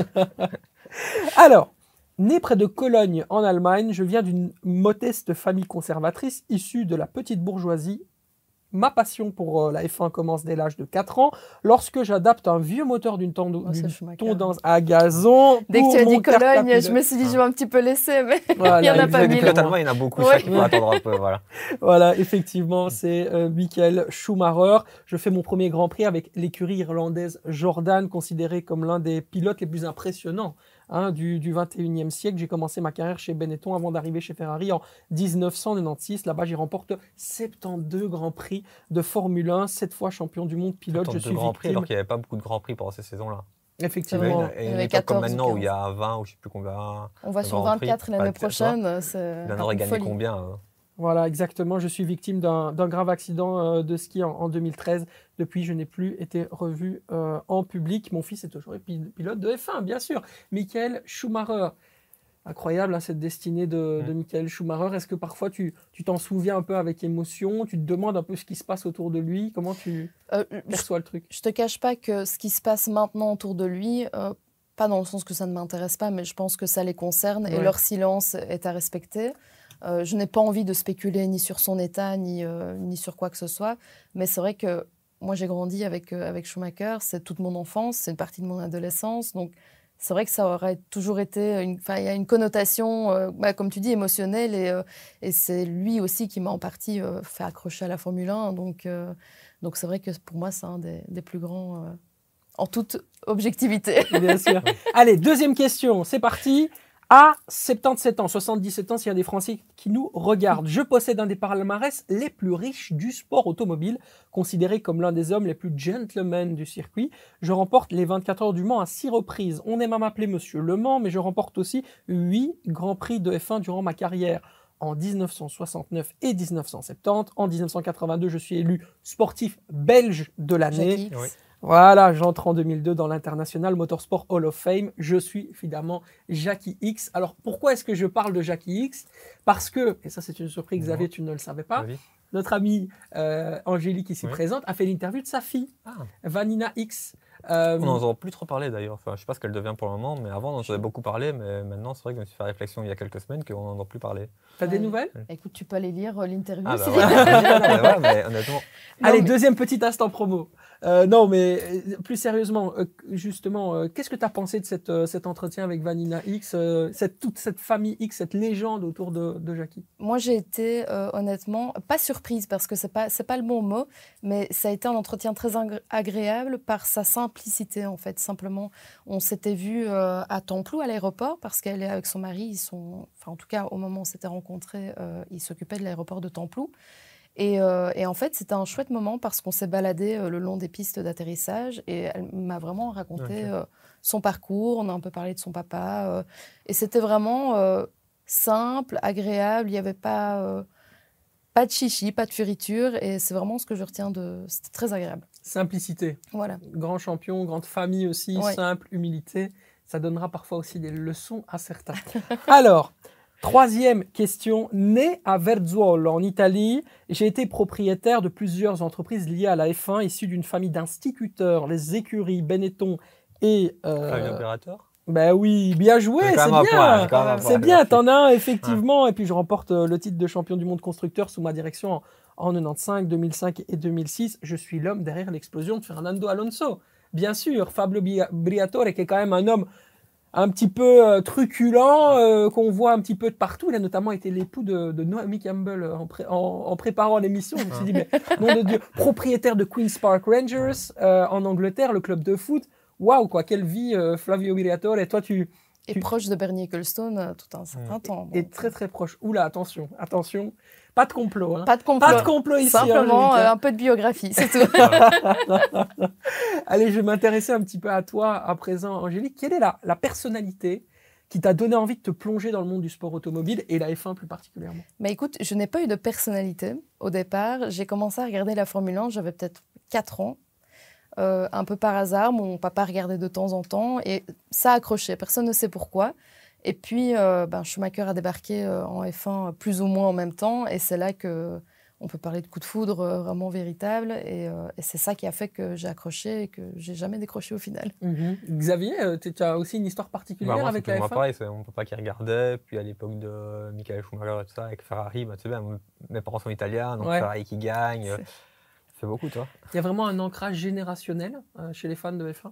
Alors, né près de Cologne, en Allemagne, je viens d'une modeste famille conservatrice issue de la petite bourgeoisie. Ma passion pour euh, la F un commence dès l'âge de quatre ans, lorsque j'adapte un vieux moteur d'une tendo- Oh, c'est d'une Schumacher. tondeuse à gazon. Dès que pour tu as mon dit Cologne, cartapilote. je me suis dit, je vais un petit peu laisser, mais Voilà, il y en a il pas faisait mille. du Pilote allemand, il y en a beaucoup, Ouais. ça qu'il faut attendre un peu. Voilà. Voilà, effectivement, c'est euh, Michael Schumacher. Je fais mon premier Grand Prix avec l'écurie irlandaise Jordan, considérée comme l'un des pilotes les plus impressionnants hein, du, du vingt et unième siècle. J'ai commencé ma carrière chez Benetton avant d'arriver chez Ferrari en dix-neuf cent quatre-vingt-seize. Là-bas, j'y remporte soixante-douze Grands Prix de Formule un, sept fois champion du monde pilote. Je Autant de suis Grands Prix, victime. alors qu'il n'y avait pas beaucoup de Grands Prix pendant ces saisons-là. Il y Effectivement. avait une, Il y une avait époque comme quatorze ou maintenant où il y quinze. a vingt ou je ne sais plus combien. On va de sur Grand Prix. vingt-quatre l'année Ouais, tu vois. prochaine. C'est Il en un aurait peu gagné folie. combien euh Voilà, exactement. Je suis victime d'un d'un grave accident euh, de ski en, en deux mille treize. Depuis, je n'ai plus été revu euh, en public. Mon fils est toujours pil- pilote de F un, bien sûr. Michael Schumacher. Incroyable, hein, cette destinée de, de Mm. Michael Schumacher. Est-ce que parfois, tu tu t'en souviens un peu avec émotion? Tu te demandes un peu ce qui se passe autour de lui? Comment tu Euh, je, perçois le truc? je te cache pas que ce qui se passe maintenant autour de lui, euh, pas dans le sens que ça ne m'intéresse pas, mais je pense que ça les concerne et Ouais. leur silence est à respecter. Euh, je n'ai pas envie de spéculer ni sur son état, ni, euh, ni sur quoi que ce soit, mais c'est vrai que moi j'ai grandi avec, euh, avec Schumacher, c'est toute mon enfance, c'est une partie de mon adolescence, donc c'est vrai que ça aurait toujours été, une, enfin, il y a une connotation, euh, bah, comme tu dis, émotionnelle, et, euh, et c'est lui aussi qui m'a en partie euh, fait accrocher à la Formule un, donc euh, donc c'est vrai que pour moi c'est un des, des plus grands, euh, en toute objectivité. Bien sûr. Allez, deuxième question, c'est parti. À soixante-dix-sept ans, soixante-dix-sept ans, s'il y a des Français qui nous regardent, je possède un des palmarès les plus riches du sport automobile, considéré comme l'un des hommes les plus gentlemen du circuit. Je remporte les vingt-quatre heures du Mans à six reprises. On aime à m'appeler Monsieur Le Mans, mais je remporte aussi huit Grands Prix de F un durant ma carrière. En dix-neuf cent soixante-neuf et dix-neuf cent soixante-dix. En dix-neuf cent quatre-vingt-deux, je suis élu sportif belge de l'année. Jackie X. Oui. Voilà, j'entre en deux mille deux dans l'International Motorsport Hall of Fame. Je suis évidemment Jackie X. Alors, pourquoi est-ce que je parle de Jackie X? Parce que, et ça c'est une surprise, Non. Xavier, tu ne le savais pas, Vas-y. notre amie euh, Angélique ici Oui. présente a fait l'interview de sa fille, Ah. Vanina X. Euh, On n'en entend plus trop parler d'ailleurs. Enfin, je ne sais pas ce qu'elle devient pour le moment, mais avant on en entendait beaucoup parler. Mais maintenant, c'est vrai que je me suis fait réflexion il y a quelques semaines qu'on n'en entend plus parler. T'as des Ouais. nouvelles? Écoute, tu peux aller lire euh, l'interview. Ah bah si- ouais. Non, mais ouais, mais honnêtement, Non, Allez, mais- deuxième petit instant promo. Euh, non, mais euh, plus sérieusement, euh, justement, euh, qu'est-ce que tu as pensé de cette, euh, cet entretien avec Vanina X, euh, cette, toute cette famille X, cette légende autour de, de Jackie? Moi, j'ai été euh, honnêtement pas surprise parce que c'est pas c'est pas le bon mot, mais ça a été un entretien très agré- agréable par sa simplicité en fait. Simplement, on s'était vu euh, à Templou à l'aéroport parce qu'elle est avec son mari, ils sont, enfin en tout cas au moment où on s'était rencontrés, euh, ils s'occupaient de l'aéroport de Templou. Et, euh, et en fait, c'était un chouette moment parce qu'on s'est baladé euh, le long des pistes d'atterrissage et elle m'a vraiment raconté Ok. euh, son parcours. On a un peu parlé de son papa euh, et c'était vraiment euh, simple, agréable. Il n'y avait pas, euh, pas de chichi, pas de furiture et c'est vraiment ce que je retiens de. C'était très agréable. Simplicité. Voilà. Grand champion, grande famille aussi, Ouais. simple, humilité. Ça donnera parfois aussi des leçons à certains. Alors, troisième question. Né à Verzuolo, en Italie, j'ai été propriétaire de plusieurs entreprises liées à la F un, issues d'une famille d'instituteurs, les écuries Benetton et... euh, Flavien Opérateur. ben oui, bien joué, J'ai quand c'est même un point, bien. j'ai quand même un point, C'est bien, merci. t'en as un, effectivement. Et puis, je remporte euh, le titre de champion du monde constructeur sous ma direction en, en quatre-vingt-quinze, deux mille cinq et deux mille six. Je suis l'homme derrière l'explosion de Fernando Alonso. Bien sûr, Fabio Bia- Briatore, qui est quand même un homme un petit peu euh, truculent, euh, qu'on voit un petit peu de partout. Il a notamment été l'époux de, de Naomi Campbell euh, en, pré- en, en préparant l'émission. Je me suis dit, mais nom de Dieu, propriétaire de Queen's Park Rangers euh, en Angleterre, le club de foot. Waouh, quoi, quelle vie, euh, Flavio Briatore. Et toi, tu Et Tu- proche de Bernie Ecclestone euh, tout un certain temps. es donc, très très proche. Oula, attention, attention. Pas de complot. Hein. Pas de complot. Pas de complot ici. Simplement Angélique. euh, un peu de biographie, c'est tout. Allez, je vais m'intéresser un petit peu à toi à présent, Angélique. Quelle est la, la personnalité qui t'a donné envie de te plonger dans le monde du sport automobile et la F un plus particulièrement? Bah écoute, je n'ai pas eu de personnalité au départ. J'ai commencé à regarder la Formule un, j'avais peut-être quatre ans. Euh, un peu par hasard, mon papa regardait de temps en temps et ça a accroché. Personne ne sait pourquoi. Et puis, euh, ben, Schumacher a débarqué euh, en F un plus ou moins en même temps et c'est là que on peut parler de coup de foudre euh, vraiment véritable. Et, euh, et c'est ça qui a fait que j'ai accroché et que j'ai jamais décroché au final. Mm-hmm. Xavier, euh, tu as aussi une histoire particulière bah, moi, avec la F un? Pareil, c'est mon papa qui regardait. Puis à l'époque de Michael Schumacher et tout ça, avec Ferrari, bah, tu sais bien, mes parents sont italiens, donc ouais. Ferrari qui gagne. Ça fait beaucoup, toi. Il y a vraiment un ancrage générationnel euh, chez les fans de F un?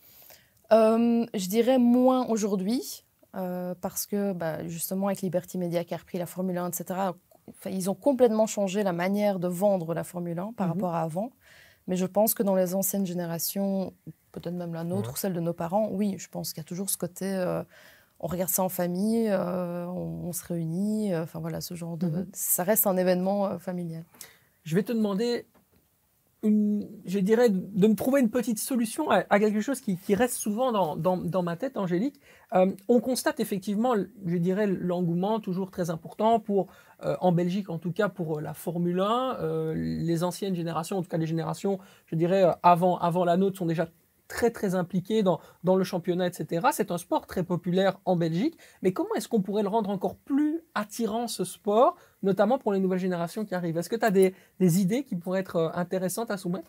euh, Je dirais moins aujourd'hui, euh, parce que bah, justement avec Liberty Media qui a repris la Formule un, et cetera, enfin, ils ont complètement changé la manière de vendre la Formule un par mm-hmm. rapport à avant. Mais je pense que dans les anciennes générations, peut-être même la nôtre, ouais. ou celle de nos parents, oui, je pense qu'il y a toujours ce côté, euh, on regarde ça en famille, euh, on, on se réunit, enfin euh, voilà, ce genre de... Mm-hmm. Ça reste un événement euh, familial. Je vais te demander... Une, je dirais de me trouver une petite solution à, à quelque chose qui, qui reste souvent dans, dans, dans ma tête, Angélique. Euh, on constate effectivement, je dirais, l'engouement toujours très important pour, euh, en Belgique en tout cas, pour la Formule un. Euh, les anciennes générations, en tout cas les générations, je dirais, avant, avant la nôtre, sont déjà très très impliqués dans, dans le championnat, et cetera. C'est un sport très populaire en Belgique, mais comment est-ce qu'on pourrait le rendre encore plus attirant, ce sport, notamment pour les nouvelles générations qui arrivent? Est-ce que tu as des, des idées qui pourraient être intéressantes à soumettre?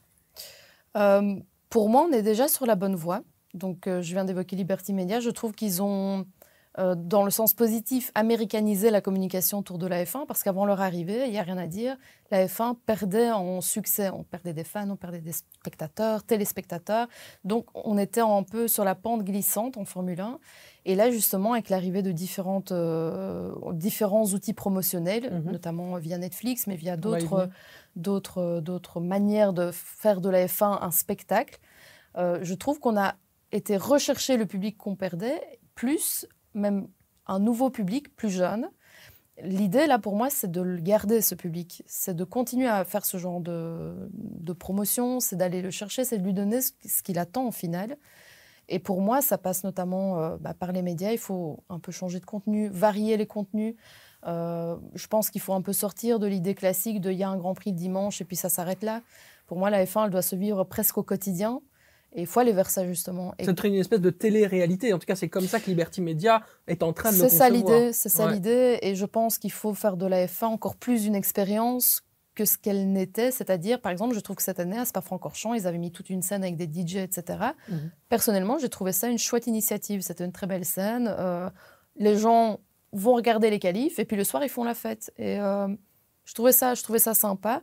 euh, Pour moi, on est déjà sur la bonne voie. Donc, euh, je viens d'évoquer Liberty Media. Je trouve qu'ils ont, euh, dans le sens positif, américanisé la communication autour de la F un, parce qu'avant leur arrivée, il n'y a rien à dire, la F un perdait en succès. On perdait des fans, on perdait des spectateurs, téléspectateurs. Donc, on était un peu sur la pente glissante en Formule un. Et là, justement, avec l'arrivée de différentes, euh, différents outils promotionnels, mm-hmm. notamment via Netflix, mais via d'autres, d'autres, d'autres manières de faire de la F un un spectacle, euh, je trouve qu'on a été rechercher le public qu'on perdait, plus même un nouveau public plus jeune. L'idée, là, pour moi, c'est de le garder, ce public. C'est de continuer à faire ce genre de, de promotion, c'est d'aller le chercher, c'est de lui donner ce, ce qu'il attend, au final. Et pour moi, ça passe notamment euh, bah, par les médias. Il faut un peu changer de contenu, varier les contenus. Euh, je pense qu'il faut un peu sortir de l'idée classique de « il y a un Grand Prix le dimanche et puis ça s'arrête là ». Pour moi, la F un, elle doit se vivre presque au quotidien. Et il faut aller vers ça, justement. Et... C'est une espèce de télé-réalité. En tout cas, c'est comme ça que Liberty Media est en train de le concevoir. C'est ça l'idée, c'est ça ouais. l'idée. Et je pense qu'il faut faire de la F un encore plus une expérience que ce qu'elle n'était. C'est-à-dire, par exemple, je trouve que cette année, à Spa-Francorchamps, ils avaient mis toute une scène avec des D J, et cetera. Mm-hmm. Personnellement, j'ai trouvé ça une chouette initiative. C'était une très belle scène. Euh, les gens vont regarder les qualifs et puis le soir, ils font la fête. Et euh, je trouvais ça, je trouvais ça sympa.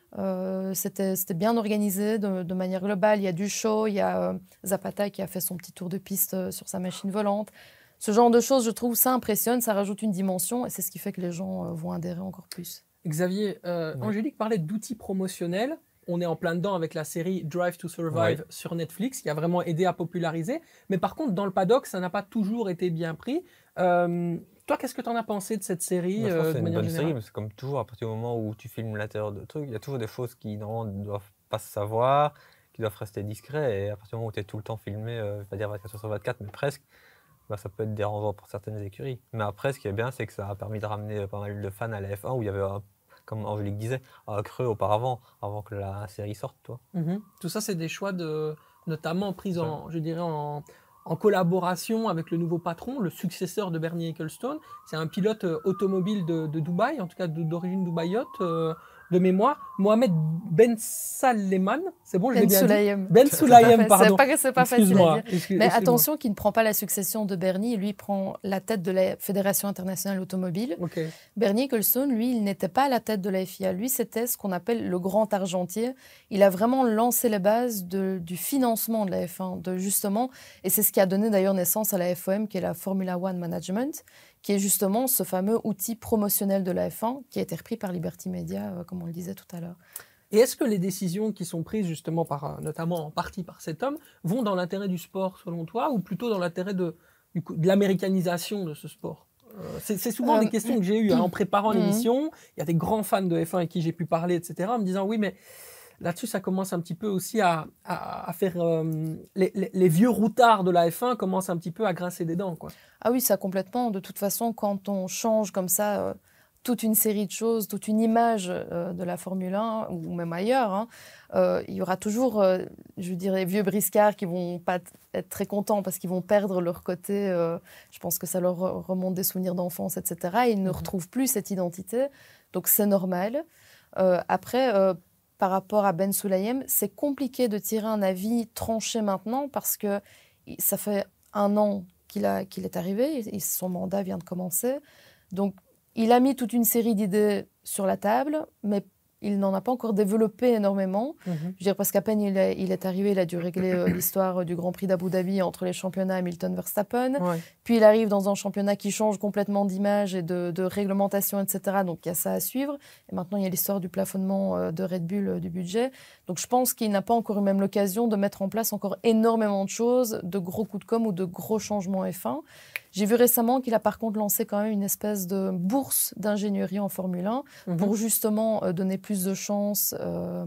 Euh, c'était, c'était bien organisé de, de manière globale. Il y a du show, il y a euh, Zapata qui a fait son petit tour de piste euh, sur sa machine volante. Ce genre de choses, je trouve, ça impressionne, ça rajoute une dimension et c'est ce qui fait que les gens euh, vont adhérer encore plus. Xavier, euh, oui. Angélique parlait d'outils promotionnels. On est en plein dedans avec la série Drive to Survive oui. sur Netflix qui a vraiment aidé à populariser. Mais par contre, dans le paddock, ça n'a pas toujours été bien pris. Euh, Toi, qu'est-ce que tu en as pensé de cette série? Moi, je pense euh, que c'est de une bonne générale? série, mais c'est comme toujours, à partir du moment où tu filmes l'intérieur de trucs, il y a toujours des choses qui normalement ne doivent pas se savoir, qui doivent rester discrets, et à partir du moment où tu es tout le temps filmé, euh, je ne vais pas dire vingt-quatre heures sur vingt-quatre, mais presque, bah, ça peut être dérangeant pour certaines écuries. Mais après, ce qui est bien, c'est que ça a permis de ramener pas mal de fans à la F un, où il y avait, un, comme Angélique disait, un creux auparavant, avant que la série sorte. Toi. Mm-hmm. Tout ça, c'est des choix de, notamment pris en, je dirais, en... en collaboration avec le nouveau patron, le successeur de Bernie Ecclestone. C'est un pilote euh, automobile de, de Dubaï, en tout cas de, d'origine dubaïote, euh, de mémoire. Mohamed Ben Salman, c'est bon, je l'ai Ben bien Sulayem. dit. Ben Sulayem, pardon. C'est pas, c'est pas facile à dire. Excuse, Mais attention qu'il ne prend pas la succession de Bernie. Lui prend la tête de la Fédération internationale automobile. Okay. Bernie Ecclestone, lui, il n'était pas à la tête de la F I A. Lui, c'était ce qu'on appelle le grand argentier. Il a vraiment lancé les bases de, du financement de la F un, de justement, et c'est ce qui a donné d'ailleurs naissance à la F O M, qui est la Formula One Management, qui est justement ce fameux outil promotionnel de la F un, qui a été repris par Liberty Media, euh, comme on le disait tout à l'heure. Et est-ce que les décisions qui sont prises justement, par, notamment en partie par cet homme, vont dans l'intérêt du sport selon toi, ou plutôt dans l'intérêt de, de l'américanisation de ce sport? euh, c'est, c'est souvent euh, des questions que j'ai eues hein, en préparant mmh. l'émission. Il y a des grands fans de F un avec qui j'ai pu parler, et cetera, en me disant oui, mais là-dessus, ça commence un petit peu aussi à, à, à faire... Euh, les, les, les vieux routards de la F un commencent un petit peu à grincer des dents, quoi. Ah oui, ça complètement. De toute façon, quand on change comme ça euh, toute une série de choses, toute une image euh, de la Formule un, ou même ailleurs, hein, euh, il y aura toujours, euh, je dirais, vieux briscards qui vont pas t- être très contents parce qu'ils vont perdre leur côté. Euh, je pense que ça leur remonte des souvenirs d'enfance, et cetera. Et ils ne Mhm. retrouvent plus cette identité. Donc c'est normal. Euh, après, euh, par rapport à Ben Sulayem, c'est compliqué de tirer un avis tranché maintenant parce que ça fait un an qu'il, a, qu'il est arrivé, et son mandat vient de commencer. Donc, il a mis toute une série d'idées sur la table, mais il n'en a pas encore développé énormément. Mhm. Je veux dire, parce qu'à peine il est, il est arrivé, il a dû régler euh, l'histoire du Grand Prix d'Abu Dhabi entre les championnats Hamilton-Verstappen. Ouais. Puis il arrive dans un championnat qui change complètement d'image et de, de réglementation, et cetera. Donc il y a ça à suivre. Et maintenant, il y a l'histoire du plafonnement euh, de Red Bull, euh, du budget. Donc je pense qu'il n'a pas encore eu même l'occasion de mettre en place encore énormément de choses, de gros coups de com' ou de gros changements F un. J'ai vu récemment qu'il a par contre lancé quand même une espèce de bourse d'ingénierie en Formule un Mhm. pour justement euh, donner plus de chances euh,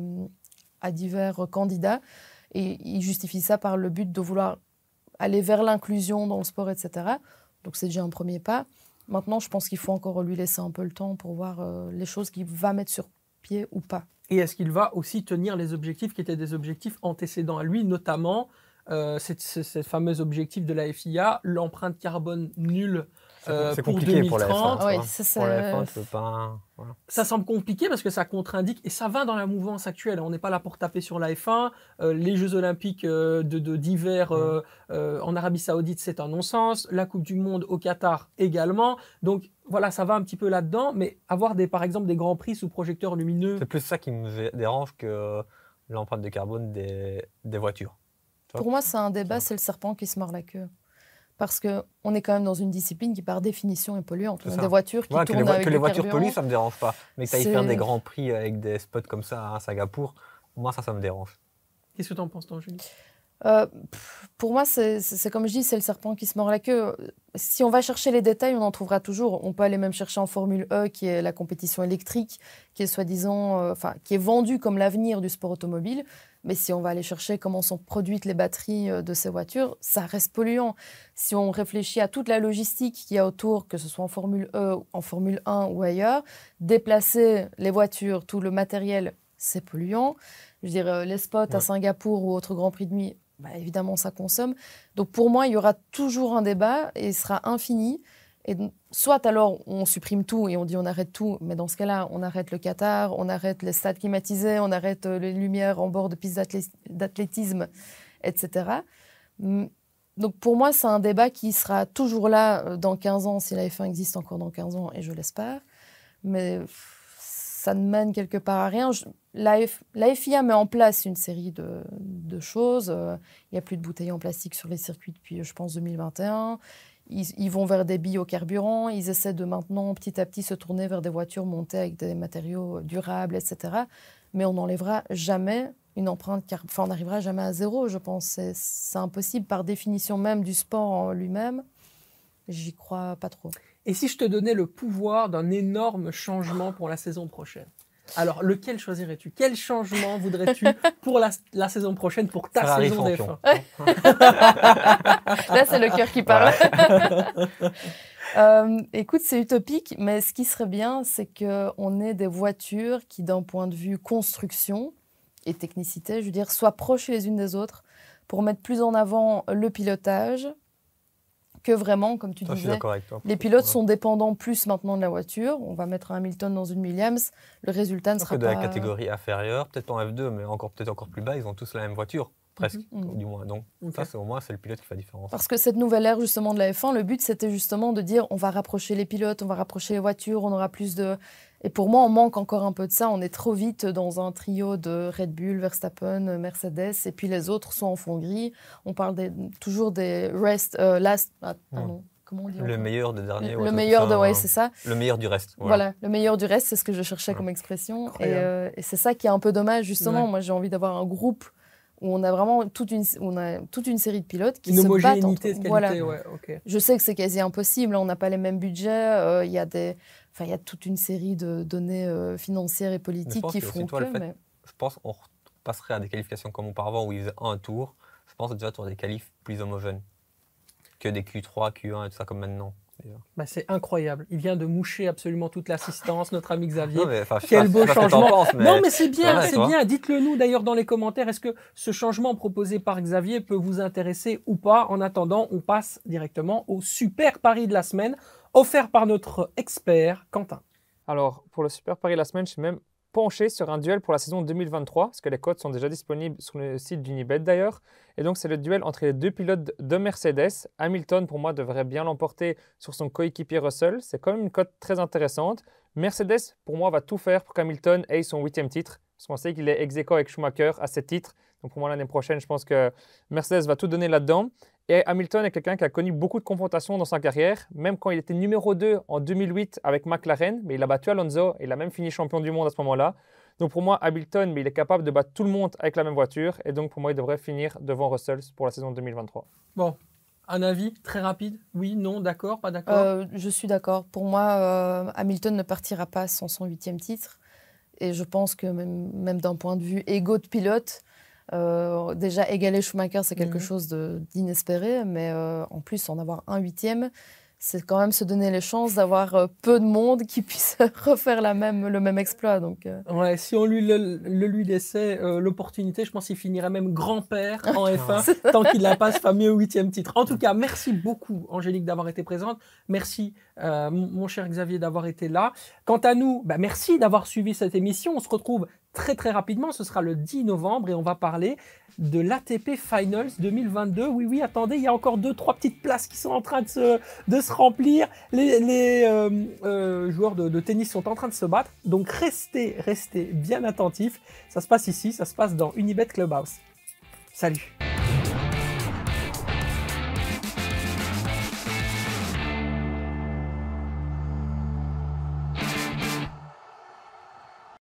à divers euh, candidats. Et il justifie ça par le but de vouloir aller vers l'inclusion dans le sport, et cetera. Donc c'est déjà un premier pas. Maintenant, je pense qu'il faut encore lui laisser un peu le temps pour voir euh, les choses qu'il va mettre sur pied ou pas. Et est-ce qu'il va aussi tenir les objectifs qui étaient des objectifs antécédents à lui, notamment euh, cette, cette, cette fameuse objectif de la F I A, l'empreinte carbone nulle euh, c'est pour compliqué deux mille pour la F un. trente. tu Oui, vois. ça, c'est- Pour la F un, tu peux pas. Voilà. Ça semble compliqué parce que ça contre-indique, et ça va dans la mouvance actuelle. On n'est pas là pour taper sur la F un. Euh, les Jeux Olympiques euh, de, de, d'hiver euh, euh, en Arabie Saoudite, c'est un non-sens. La Coupe du Monde au Qatar également. Donc voilà, ça va un petit peu là-dedans. Mais avoir des, par exemple des grands prix sous projecteurs lumineux. C'est plus ça qui me dérange que l'empreinte de carbone des, des voitures. Pour moi, c'est un débat, c'est le serpent qui se mord la queue. Parce qu'on est quand même dans une discipline qui, par définition, est polluante. C'est On a ça. des voitures qui Voilà, que les, tournent vo- avec que les du voitures carburant. polluent, ça me dérange pas. Mais que tu ailles C'est- faire des grands prix avec des spots comme ça à Singapour, moi, ça, ça me dérange. Qu'est-ce que tu en penses, toi, Julie? Euh, pff, pour moi, c'est, c'est c'est comme je dis, c'est le serpent qui se mord la queue. Si on va chercher les détails, on en trouvera toujours. On peut aller même chercher en Formule E, qui est la compétition électrique, qui est soi-disant, euh, enfin, qui est vendue comme l'avenir du sport automobile. Mais si on va aller chercher comment sont produites les batteries euh, de ces voitures, ça reste polluant. Si on réfléchit à toute la logistique qu'il y a autour, que ce soit en Formule E, en Formule un ou ailleurs, déplacer les voitures, tout le matériel, c'est polluant. Je veux dire, euh, les spots Ouais. à Singapour ou autre Grand Prix de nuit, bah, évidemment, ça consomme. Donc, pour moi, il y aura toujours un débat et il sera infini. Et donc, soit alors, on supprime tout et on dit on arrête tout, mais dans ce cas-là, on arrête le Qatar, on arrête les stades climatisés, on arrête euh, les lumières en bord de pistes d'athlé- d'athlétisme, et cetera. Hum, Donc, pour moi, c'est un débat qui sera toujours là euh, dans quinze ans, si la F un existe encore dans quinze ans, et je l'espère. Mais pff, ça ne mène quelque part à rien. Je- La, F- la F I A met en place une série de, de choses. Euh, Il n'y a plus de bouteilles en plastique sur les circuits depuis, je pense, deux mille vingt et un. Ils, ils vont vers des biocarburants. Ils essaient de maintenant, petit à petit, se tourner vers des voitures montées avec des matériaux durables, et cetera. Mais on n'enlèvera jamais une empreinte carbone. Enfin, on n'arrivera jamais à zéro, je pense. C'est, c'est impossible par définition même du sport en lui-même. J'y crois pas trop. Et si je te donnais le pouvoir d'un énorme changement pour la saison prochaine? Alors, lequel choisirais-tu? Quel changement voudrais-tu pour la, la saison prochaine, pour ta Ferrari saison des F champion. un? Là, c'est le cœur qui parle. Euh, écoute, c'est utopique, mais ce qui serait bien, c'est qu'on ait des voitures qui, d'un point de vue construction et technicité, je veux dire, soient proches les unes des autres pour mettre plus en avant le pilotage que vraiment, comme tu Ça, je suis disais, d'accord avec toi. les pilotes Voilà. sont dépendants plus maintenant de la voiture. On va mettre un Hamilton dans une Williams, le résultat ne Parce sera que de pas... la catégorie inférieure, peut-être en F deux, mais encore peut-être encore plus bas, ils ont tous la même voiture, presque, Mhm. du moins. Donc, Ok. ça, c'est au moins, c'est le pilote qui fait la différence. Parce que cette nouvelle ère justement de la F un, le but c'était justement de dire on va rapprocher les pilotes, on va rapprocher les voitures, on aura plus de... Et pour moi, on manque encore un peu de ça. On est trop vite dans un trio de Red Bull, Verstappen, Mercedes, et puis les autres sont en fond gris. On parle des- toujours des rest, euh, last... Ah, pardon, comment on dit Le encore meilleur des derniers. Le ouais, meilleur c'est de... ça, Ouais, hein. c'est ça. Le meilleur du reste. Voilà. Voilà. le meilleur du reste, c'est ce que je cherchais Voilà. comme expression. Et, Incroyable. euh, et c'est ça qui est un peu dommage, justement. Ouais. Moi, j'ai envie d'avoir un groupe où on a vraiment toute une, où on a toute une série de pilotes qui Une se battent entre... homogénéité de qualité, Voilà. ouais, ok. Je sais que c'est quasi impossible, on n'a pas les mêmes budgets, euh, il y a des, enfin, il y a toute une série de données euh, financières et Mais je politiques pense qui que font aussi, toi, que... le fait- mais- Je pense qu'on passerait à des qualifications comme auparavant où il faisait un tour, je pense déjà tu aurais des qualifs plus homogènes que des Q trois, Q un et tout ça comme maintenant. Bah, c'est incroyable. Il vient de moucher absolument toute l'assistance, notre ami Xavier. Non, mais, enfin, je sais Quel pas- beau je sais pas ce que t'en changement. penses, mais- Non, mais c'est bien, Ouais, c'est tu vois. bien. Dites-le nous d'ailleurs dans les commentaires. Est-ce que ce changement proposé par Xavier peut vous intéresser ou pas? En attendant, on passe directement au super pari de la semaine, offert par notre expert Quentin. Alors, pour le super pari de la semaine, je suis même penché sur un duel pour la saison deux mille vingt-trois, parce que les codes sont déjà disponibles sur le site d'Unibet d'ailleurs. Et donc, c'est le duel entre les deux pilotes de Mercedes. Hamilton, pour moi, devrait bien l'emporter sur son coéquipier Russell. C'est quand même une cote très intéressante. Mercedes, pour moi, va tout faire pour qu'Hamilton ait son huitième titre, parce qu'on sait qu'il est ex aequo avec Schumacher à sept titres. Donc, pour moi, l'année prochaine, je pense que Mercedes va tout donner là-dedans. Et Hamilton est quelqu'un qui a connu beaucoup de confrontations dans sa carrière, même quand il était numéro deux en deux mille huit avec McLaren, mais il a battu Alonso et il a même fini champion du monde à ce moment-là. Donc pour moi, Hamilton, mais il est capable de battre tout le monde avec la même voiture, et donc pour moi, il devrait finir devant Russell pour la saison deux mille vingt-trois. Bon, un avis très rapide? Oui, non, d'accord, pas d'accord? Euh, je suis d'accord. Pour moi, euh, Hamilton ne partira pas sans son huitième titre. Et je pense que même, même d'un point de vue égo de pilote, euh, déjà égaler Schumacher, c'est quelque Mhm. chose de- d'inespéré. Mais euh, en plus, en avoir un huitième, c'est quand même se donner les chances d'avoir euh, peu de monde qui puisse refaire la même, le même exploit. Donc, euh, Ouais, si on lui le, le lui laissait euh, l'opportunité, je pense qu'il finirait même grand-père en F un tant qu'il n'a pas ce fameux huitième titre. En tout cas, merci beaucoup Angélique d'avoir été présente. Merci euh, mon mon cher Xavier d'avoir été là. Quant à nous, bah, merci d'avoir suivi cette émission. On se retrouve très très rapidement. Ce sera le dix novembre et on va parler de l'A T P Finals deux mille vingt-deux. Oui, oui, attendez, il y a encore deux, trois petites places qui sont en train de se, de se remplir. Les, les euh, euh, joueurs de, de tennis sont en train de se battre. Donc restez, restez bien attentifs. Ça se passe ici, ça se passe dans Unibet Clubhouse. Salut!